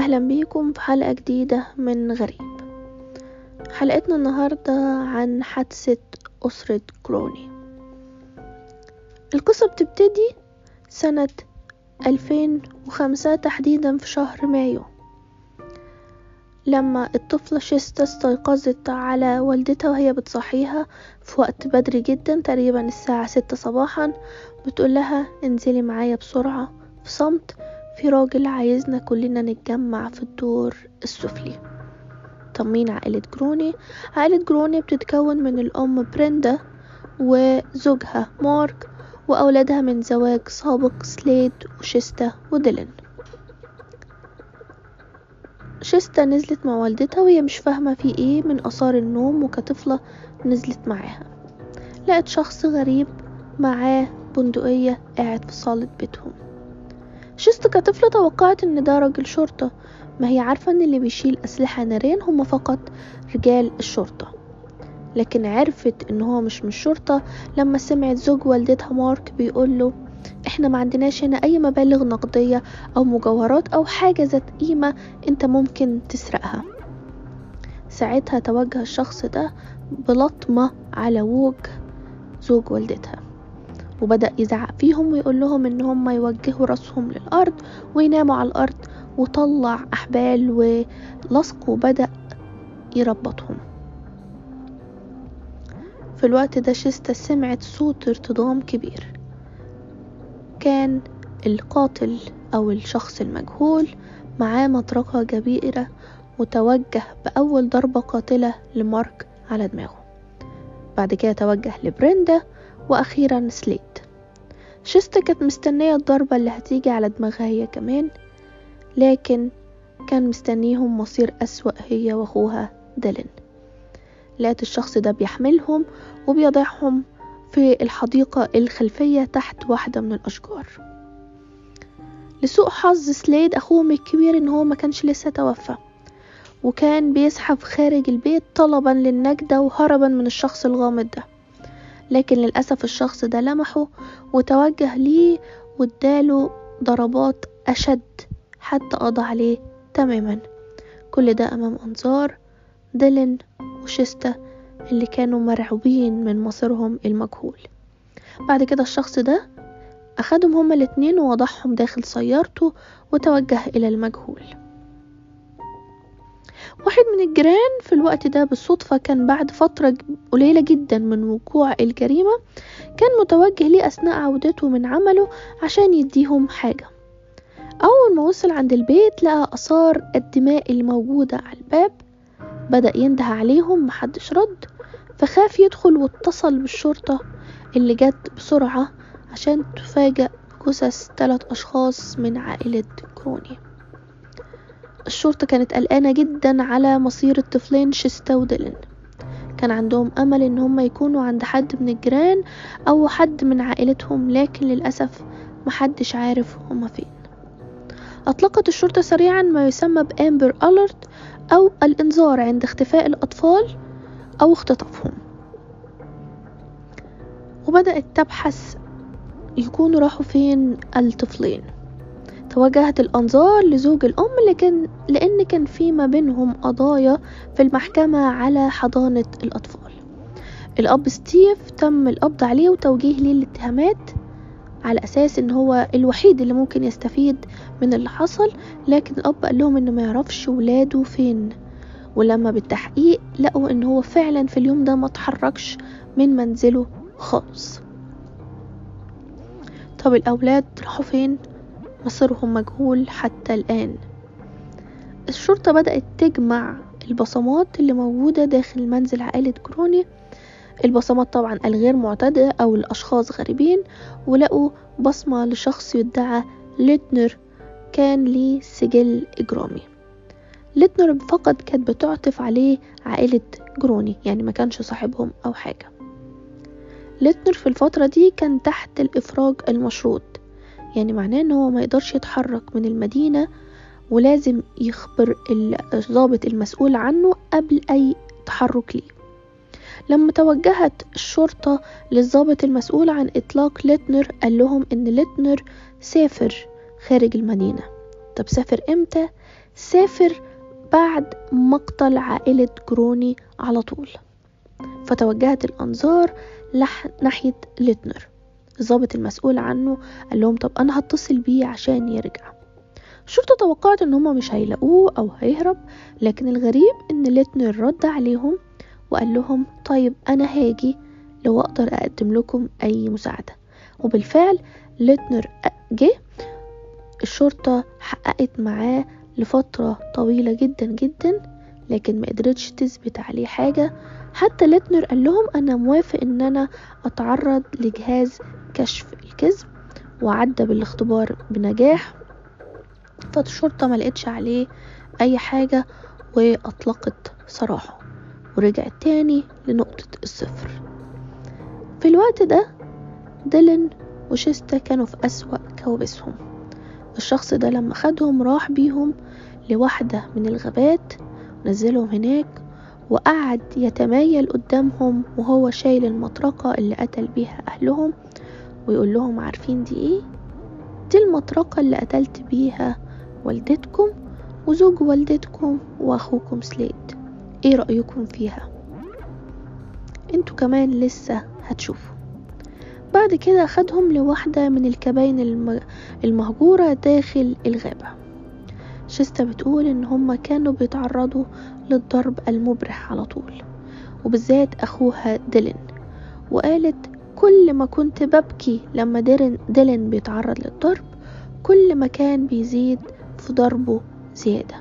أهلا بيكم في حلقة جديدة من غريب. حلقتنا النهاردة عن حادثة أسرة جروني. القصة بتبتدي سنة 2005 تحديدا في شهر مايو، لما الطفلة شيستا استيقظت على والدتها وهي بتصحيها في وقت بدري جدا، تقريبا الساعة 6 صباحا. بتقول لها انزلي معايا بسرعة في صمت، في راجل عايزنا كلنا نتجمع في الدور السفلي. طب مين عائلة جروني؟ عائلة جروني بتتكون من الأم بريندا وزوجها مارك وأولادها من زواج سابق سليد وشيستا وديلين. شيستا نزلت مع والدتها وهي مش فاهمة في ايه من آثار النوم، وكطفلة نزلت معاها لقت شخص غريب معاه بندقية قاعد في صالة بيتهم. شيستا كطفلة توقعت ان ده راجل شرطة، ما هي عارفة ان اللي بيشيل أسلحة نارين هم فقط رجال الشرطة، لكن عرفت ان هو مش من الشرطة لما سمعت زوج والدتها مارك بيقوله احنا ما عندناش هنا اي مبالغ نقدية او مجوهرات او حاجة ذات قيمة انت ممكن تسرقها. ساعتها توجه الشخص ده بلطمة على وجه زوج والدتها، وبدأ يزعق فيهم ويقول لهم ان هم يوجهوا راسهم للأرض ويناموا على الأرض، وطلع أحبال ولصق وبدأ يربطهم. في الوقت ده شيستا سمعت صوت ارتطام كبير، كان القاتل أو الشخص المجهول معاه مطرقة كبيرة وتوجه بأول ضربة قاتلة لمارك على دماغه. بعد كده توجه لبريندا وأخيرا سليد. شيستا كانت مستنية الضربة اللي هتيجي على دماغها هي كمان، لكن كان مستنيهم مصير أسوأ هي وأخوها ديلين. لقت الشخص ده بيحملهم وبيضعهم في الحديقة الخلفية تحت واحدة من الأشجار. لسوء حظ سليد أخوهم الكبير إن هو ما كانش لسه توفى، وكان بيزحف خارج البيت طلبا للنجدة وهربا من الشخص الغامض ده، لكن للأسف الشخص ده لمحه وتوجه ليه واداله ضربات أشد حتى قضى عليه تماما. كل ده أمام أنظار ديلين وشيستا اللي كانوا مرعوبين من مصيرهم المجهول. بعد كده الشخص ده أخدهم هما الاتنين ووضعهم داخل سيارته وتوجه إلى المجهول. واحد من الجيران في الوقت ده بالصدفة كان بعد فترة قليلة جدا من وقوع الجريمة كان متوجه ليه أثناء عودته من عمله عشان يديهم حاجة. أول ما وصل عند البيت لقى آثار الدماء الموجودة على الباب، بدأ ينده عليهم محدش رد، فخاف يدخل واتصل بالشرطة اللي جت بسرعة عشان تفاجأ جثث 3 أشخاص من عائلة جروني. الشرطة كانت قلقانة جدا على مصير الطفلين شيستا وديلين، كان عندهم أمل إن هم يكونوا عند حد من الجيران أو حد من عائلتهم، لكن للأسف محدش عارف هم فين. أطلقت الشرطة سريعا ما يسمى بأمبر ألرت أو الإنذار عند اختفاء الأطفال أو اختطافهم، وبدأت تبحث يكونوا راحوا فين الطفلين. توجهت الأنظار لزوج الأم لأن كان في ما بينهم قضايا في المحكمة على حضانة الأطفال. الأب ستيف تم القبض عليه وتوجيه ليه الاتهامات على أساس إن هو الوحيد اللي ممكن يستفيد من اللي حصل، لكن الأب قال لهم إنه ما يعرفش ولاده فين، ولما بالتحقيق لقوا إن هو فعلا في اليوم ده ما تحركش من منزله خالص. طب الأولاد راحوا فين؟ مصيرهم مجهول حتى الآن. الشرطة بدأت تجمع البصمات اللي موجودة داخل منزل عائلة جروني، البصمات طبعا الغير معتادة أو الأشخاص غريبين، ولقوا بصمة لشخص يدعى ليتنر كان ليه سجل إجرامي. ليتنر فقط كانت بتعطف عليه عائلة جروني، يعني ما كانش صاحبهم أو حاجة. ليتنر في الفترة دي كان تحت الإفراج المشروط، يعني معناه إنه هو ما يقدرش يتحرك من المدينة ولازم يخبر الضابط المسؤول عنه قبل أي تحرك ليه. لما توجهت الشرطة للضابط المسؤول عن إطلاق ليتنر قال لهم إن ليتنر سافر خارج المدينة. طب سافر إمتى؟ سافر بعد مقتل عائلة جروني على طول. فتوجهت الأنظار ناحية ليتنر. الضابط المسؤول عنه قال لهم طب أنا هتصل بيه عشان يرجع. الشرطة توقعت ان هما مش هيلاقوه او هيهرب، لكن الغريب ان ليتنر رد عليهم وقال لهم طيب انا هاجي لو اقدر اقدم لكم اي مساعدة. وبالفعل ليتنر جه. الشرطة حققت معاه لفترة طويلة جدا جدا، لكن ما قدرتش تثبت عليه حاجة. حتى ليتنر قال لهم انا موافق ان انا اتعرض لجهاز كشف الكذب، وعدى بالاختبار بنجاح. فالشرطة ما لقتش عليه اي حاجة واطلقت سراحه ورجعت تاني لنقطة الصفر. في الوقت ده ديلان وشيستا كانوا في أسوأ كوابيسهم. الشخص ده لما خدهم راح بيهم لواحدة من الغابات، نزلهم هناك وقعد يتمايل قدامهم وهو شايل المطرقة اللي قتل بيها أهلهم، ويقول لهم عارفين دي ايه؟ دي المطرقة اللي قتلت بيها والدتكم وزوج والدتكم واخوكم سليد، ايه رأيكم فيها؟ انتوا كمان لسه هتشوفوا. بعد كده اخدهم لواحدة من الكباين المهجورة داخل الغابة. شيستا بتقول ان هما كانوا بيتعرضوا للضرب المبرح على طول، وبالذات اخوها ديلان. وقالت كل ما كنت ببكي لما ديلان بيتعرض للضرب، كل ما كان بيزيد في ضربه زيادة.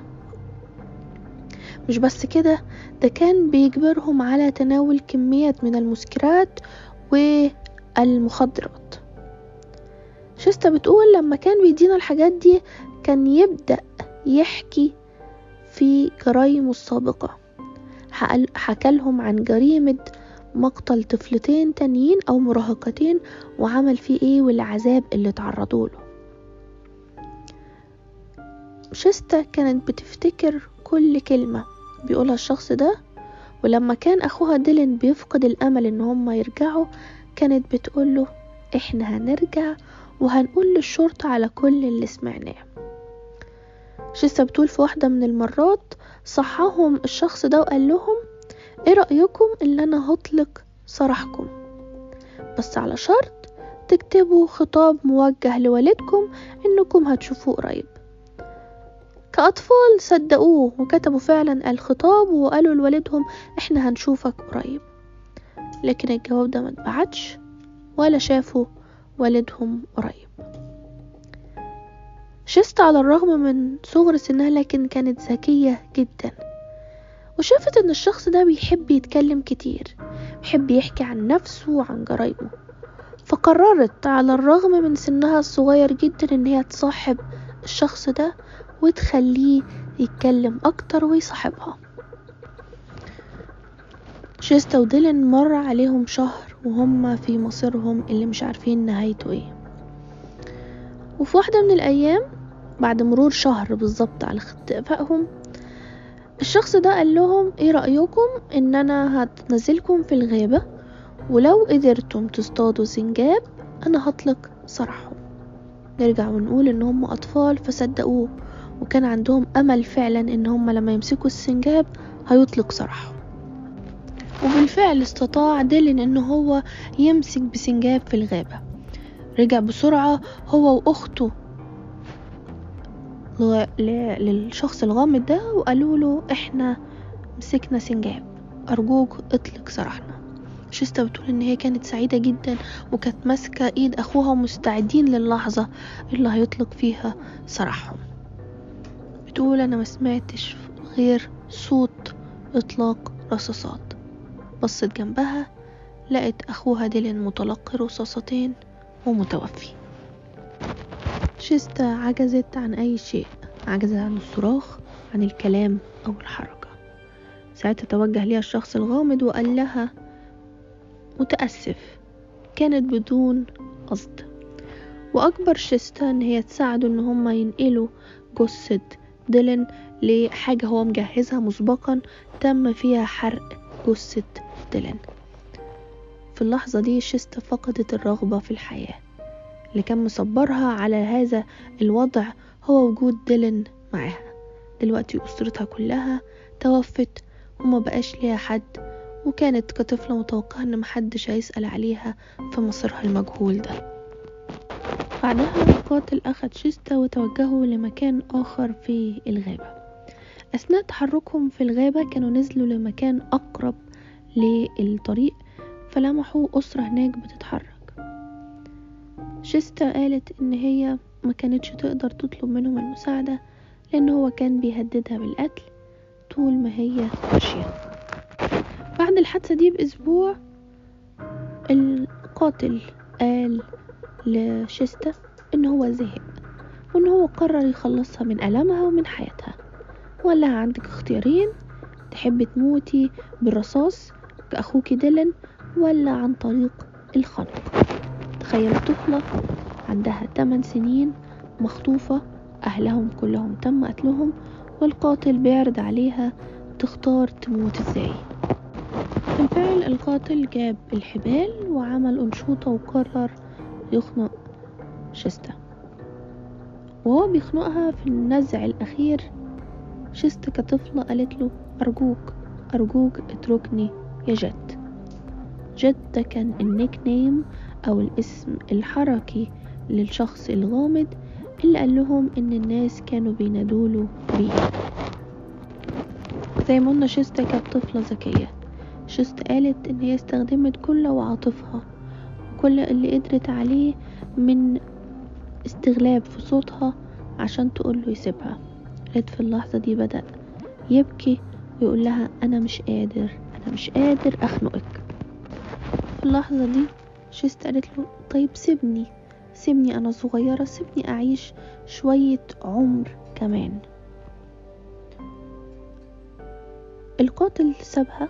مش بس كده، ده كان بيجبرهم على تناول كميات من المسكرات والمخدرات. شيستا بتقول لما كان بيدينا الحاجات دي كان يبدأ يحكي في جرايمه السابقة. حكالهم عن جريمة مقتل طفلتين تانيين او مراهقتين وعمل فيه ايه والعذاب اللي تعرضوا له. شيستا كانت بتفتكر كل كلمة بيقولها الشخص ده، ولما كان اخوها ديلان بيفقد الامل ان هم يرجعوا كانت بتقوله احنا هنرجع وهنقول للشرطة على كل اللي سمعناه. شيستا بتقول في واحدة من المرات صحاهم الشخص ده وقال لهم ايه رأيكم اللي انا هطلق سراحكم، بس على شرط تكتبوا خطاب موجه لوالدكم انكم هتشوفوه قريب. كأطفال صدقوه وكتبوا فعلا الخطاب وقالوا لوالدهم احنا هنشوفك قريب، لكن الجواب ده ما اتبعتش ولا شافوا والدهم قريب. شيستا على الرغم من صغر سنها لكن كانت ذكية جدا، وشافت ان الشخص ده بيحب يتكلم كتير، بيحب يحكي عن نفسه وعن جرايمه. فقررت على الرغم من سنها الصغير جدا ان هي تصاحب الشخص ده وتخليه يتكلم اكتر ويصاحبها. شيستا وديلان مر عليهم شهر وهم في مصيرهم اللي مش عارفين نهايته ايه. وفي واحدة من الايام بعد مرور شهر بالظبط على اتفاقهم، الشخص ده قال لهم ايه رأيكم ان انا هتنزلكم في الغابة ولو قدرتم تصطادوا سنجاب انا هطلق سراحهم. نرجع ونقول ان هم اطفال فصدقوه، وكان عندهم امل فعلا ان هم لما يمسكوا السنجاب هيطلق سراحهم. وبالفعل استطاع ديلان ان هو يمسك بسنجاب في الغابة. رجع بسرعة هو واخته للشخص الغامض ده وقالوا له احنا مسكنا سنجاب، ارجوك اطلق سراحنا. شيستا بتقول ان هي كانت سعيدة جدا وكانت ماسكة ايد اخوها ومستعدين للحظة اللي هيطلق فيها سراحهم. بتقول انا ما سمعتش غير صوت اطلاق رصاصات، بصت جنبها لقت اخوها ديلان متلقي رصاصتين ومتوفي. شيستا عجزت عن اي شيء، عجزت عن الصراخ، عن الكلام او الحركة. ساعتها توجه ليها الشخص الغامض وقال لها متأسف، كانت بدون قصد. واكبر شيستا ان هي تساعده ان هم ينقلوا جثة ديلان لحاجة هو مجهزها مسبقا تم فيها حرق جثة ديلان. في اللحظة دي شيستا فقدت الرغبة في الحياة. اللي كان مصبرها على هذا الوضع هو وجود ديلان معها. دلوقتي أسرتها كلها توفت وما بقاش ليها حد، وكانت كطفلة متوقعة ان محدش هيسأل عليها في مصيرها المجهول ده. بعدها القاتل أخد شيستا وتوجهوا لمكان آخر في الغابة. أثناء تحركهم في الغابة كانوا نزلوا لمكان أقرب للطريق، فلمحوا أسرة هناك بتتحرك. شيستا قالت إن هي ما كانتش تقدر تطلب منهم المساعدة، لأن هو كان بيهددها بالقتل طول ما هي ماشية. بعد الحادثة دي بأسبوع القاتل قال لشيستا إن هو زهق، وإن هو قرر يخلصها من ألمها ومن حياتها، وقال لها عندك اختيارين، تحبي تموتي بالرصاص كأخوك ديلان ولا عن طريق الخنق. تخيل طفلة عندها 8 سنين مخطوفة، أهلهم كلهم تم قتلهم، والقاتل بيعرض عليها تختار تموت ازاي. بالفعل القاتل جاب الحبال وعمل أنشوطة وقرر يخنق شيستا. وهو بيخنقها في النزع الأخير، شيستا كطفلة قالت له أرجوك اتركني يا جد. جد ده كان النيك نيم أو الاسم الحركي للشخص الغامض اللي قال لهم إن الناس كانوا بينادوله بيه. زي ما قلنا شيستا كانت طفلة ذكية. شيستا قالت إن هي استخدمت كل عواطفها وكل اللي قدرت عليه من استغلاب في صوتها عشان تقوله يسيبها. قالت في اللحظة دي بدأ يبكي ويقول لها أنا مش قادر أخنقك. في اللحظة دي شيستا قالت له طيب سيبني أنا صغيرة، سيبني أعيش شوية عمر كمان. القاتل سابها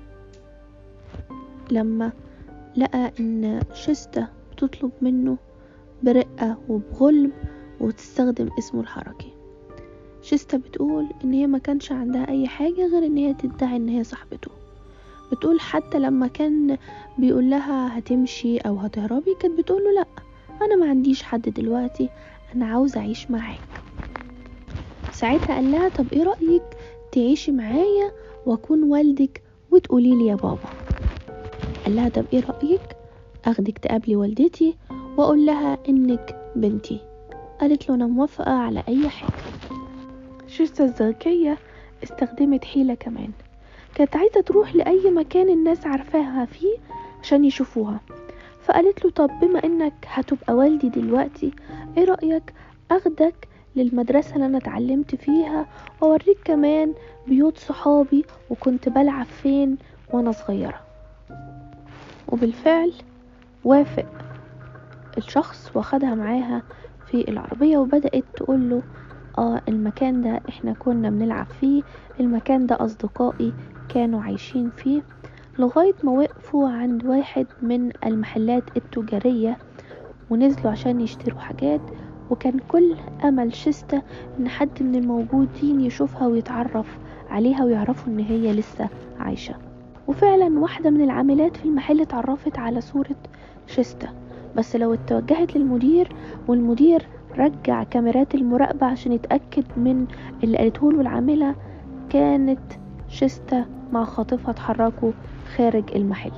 لما لقى إن شيستا بتطلب منه برقة وبغلب وتستخدم اسمه الحركي. شيستا بتقول إن هي ما كانش عندها أي حاجة غير إن هي تدعي إن هي صاحبته. بتقول حتى لما كان بيقول لها هتمشي أو هتهربي كانت بتقول له لأ، أنا ما عنديش حد دلوقتي، أنا عاوزة أعيش معاك. ساعتها قال لها طب إيه رأيك تعيشي معايا وأكون والدك وتقولي لي يا بابا. قال لها طب إيه رأيك أخدك تقابلي والدتي وأقول لها إنك بنتي. قالت له أنا موافقة على أي حاجة. شيستا الذكية استخدمت حيلة كمان، كانت عايزة تروح لأي مكان الناس عارفاها فيه عشان يشوفوها. فقالت له طب بما انك هتبقى والدي دلوقتي، ايه رأيك اخدك للمدرسة اللي انا اتعلمت فيها واوريك كمان بيوت صحابي وكنت بلعب فين وانا صغيرة. وبالفعل وافق الشخص واخدها معاها في العربية وبدأت تقوله المكان ده احنا كنا بنلعب فيه، المكان ده اصدقائي كانوا عايشين فيه، لغاية ما وقفوا عند واحد من المحلات التجارية ونزلوا عشان يشتروا حاجات. وكان كل امل شيستا ان حد من الموجودين يشوفها ويتعرف عليها ويعرفوا ان هي لسه عايشة. وفعلا واحدة من العاملات في المحل اتعرفت على صورة شيستا، بس لو اتوجهت للمدير والمدير رجع كاميرات المراقبة عشان يتأكد من اللي قالته له العاملة، كانت شيستا مع خاطفها اتحركوا خارج المحل.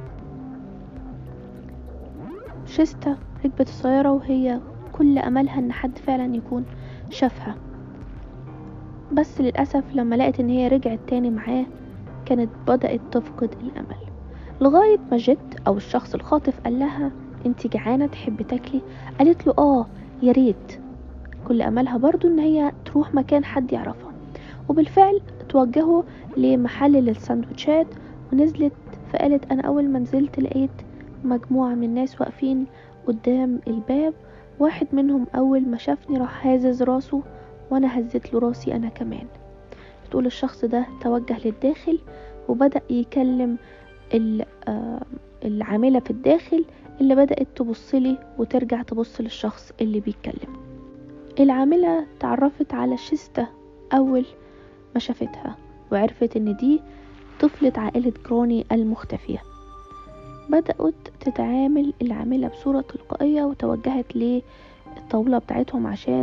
شيستا ركبت السيارة وهي كل أملها ان حد فعلا يكون شافها، بس للأسف لما لقت ان هي رجعت تاني معاه كانت بدأت تفقد الأمل، لغاية ما جد أو الشخص الخاطف قال لها انتي جعانة تحبي تاكلي؟ قالت له يا ريت. كل أملها برضو ان هي تروح مكان حد يعرفها. وبالفعل توجهوا لمحل للساندوتشات ونزلت. فقالت انا اول ما نزلت لقيت مجموعة من الناس واقفين قدام الباب، واحد منهم اول ما شافني راح هازز راسه وانا هزت له راسي انا كمان. بتقول الشخص ده توجه للداخل وبدأ يكلم العاملة في الداخل اللي بدأت تبصلي وترجع تبص للشخص اللي بيتكلم. العاملة تعرفت على شيستا اول ما شافتها وعرفت ان دي طفلة عائلة جروني المختفية. بدأت تتعامل العاملة بصورة تلقائية وتوجهت للطاولة بتاعتهم عشان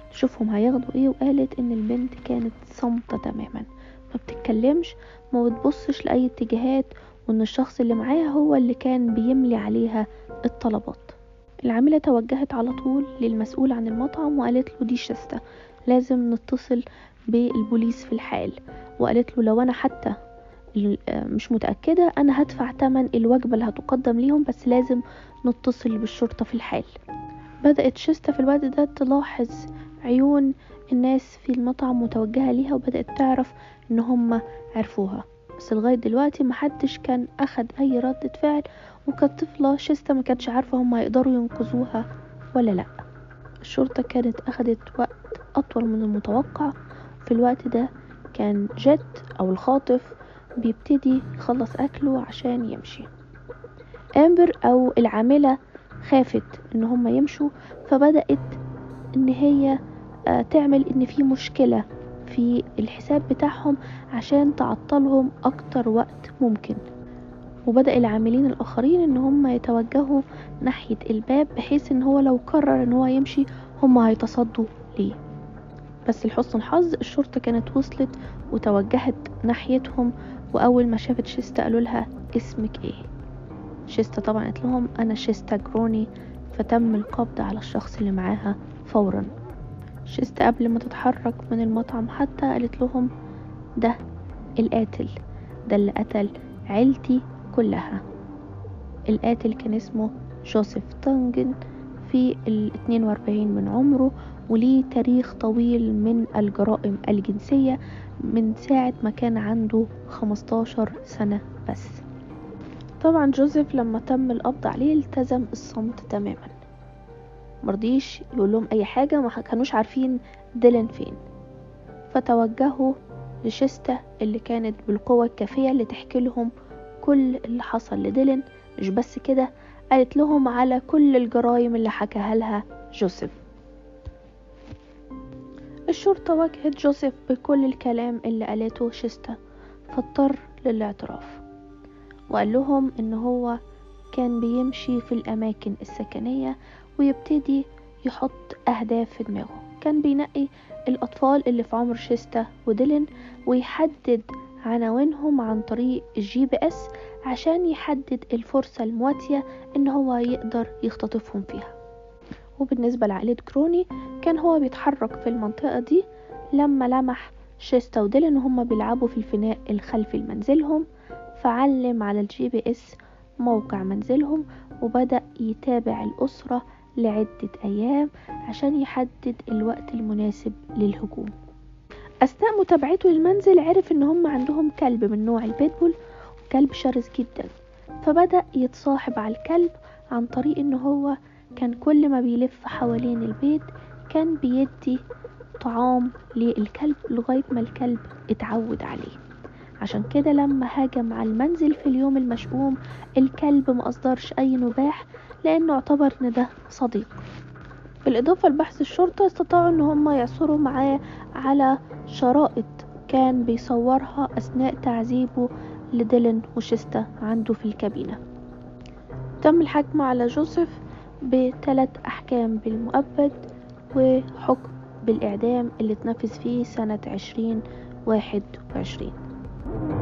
تشوفهم هياخدوا ايه، وقالت ان البنت كانت صامتة تماما، ما بتتكلمش، ما بتبصش لأي اتجاهات، وان الشخص اللي معاها هو اللي كان بيملي عليها الطلبات. العاملة توجهت على طول للمسؤول عن المطعم وقالت له دي شستة، لازم نتصل بالبوليس في الحال. وقالت له لو انا حتى مش متأكدة انا هدفع تمن الوجبة اللي هتقدم ليهم، بس لازم نتصل بالشرطة في الحال. بدأت شستة في الوقت ده تلاحظ عيون الناس في المطعم متوجهة ليها، وبدأت تعرف ان هم عرفوها، بس لغاية دلوقتي محدش كان اخد اي ردة فعل، وكانت طفلة شستة ما كانتش عارفة هم هيقدروا ينقذوها ولا لا. الشرطة كانت اخدت وقت اطول من المتوقع. في الوقت ده كان جيت او الخاطف بيبتدي يخلص اكله عشان يمشي. امبر او العاملة خافت ان هم يمشوا، فبدأت ان هي تعمل ان في مشكلة في الحساب بتاعهم عشان تعطلهم اكتر وقت ممكن. وبدأ العاملين الاخرين ان هم يتوجهوا ناحية الباب، بحيث ان هو لو قرر ان هو يمشي هم هيتصدوا ليه. بس لحسن الحظ الشرطة كانت وصلت وتوجهت ناحيتهم، واول ما شافت شيستا قالوا لها اسمك ايه؟ شيستا طبعا قالت لهم انا شيستا جروني، فتم القبض على الشخص اللي معاها فورا. شيستا قبل ما تتحرك من المطعم حتى قالت لهم ده القاتل، ده اللي قتل عيلتي كلها. القاتل كان اسمه جوزيف تانجن، في 42 من عمره، وليه تاريخ طويل من الجرائم الجنسية من ساعة ما كان عنده 15 سنة بس. طبعا جوزيف لما تم القبض عليه التزم الصمت تماما، مرضيش يقول لهم اي حاجة، ما كانوش عارفين ديلان فين. فتوجهوا لشيستا اللي كانت بالقوة الكافية اللي تحكي لهم كل اللي حصل لديلان. مش بس كده، قالت لهم على كل الجرائم اللي حكاها لها جوزيف. الشرطة واجهت جوزيف بكل الكلام اللي قالته شيستا، فاضطر للاعتراف، وقال لهم ان هو كان بيمشي في الاماكن السكنية ويبتدي يحط اهداف في دماغه. كان بينقي الاطفال اللي في عمر شيستا وديلان ويحدد عناوينهم عن طريق الGPS عشان يحدد الفرصة المواتية ان هو يقدر يختطفهم فيها. وبالنسبة لعائلة جروني كان هو بيتحرك في المنطقة دي لما لمح شيستا وديلان وهم بيلعبوا في الفناء الخلفي لمنزلهم، فعلم على الGPS موقع منزلهم وبدأ يتابع الأسرة لعدة أيام عشان يحدد الوقت المناسب للهجوم. أثناء متابعته للمنزل عرف إن هم عندهم كلب من نوع البيتبول، كلب شرس جدا، فبدأ يتصاحب على الكلب عن طريق إن هو كان كل ما بيلف حوالين البيت كان بيدي طعام للكلب لغاية ما الكلب اتعود عليه. عشان كده لما هاجم على المنزل في اليوم المشؤوم الكلب ما أصدرش أي نباح، لأنه اعتبر إن ده صديق. بالإضافة لبحث الشرطة استطاعوا إن هم يعثروا معاه على شرائط كان بيصورها أثناء تعذيبه لديلان وشيستا عنده في الكابينة. تم الحكم على جوزيف ب3 أحكام بالمؤبد وحكم بالإعدام اللي اتنفذ فيه سنة 2021.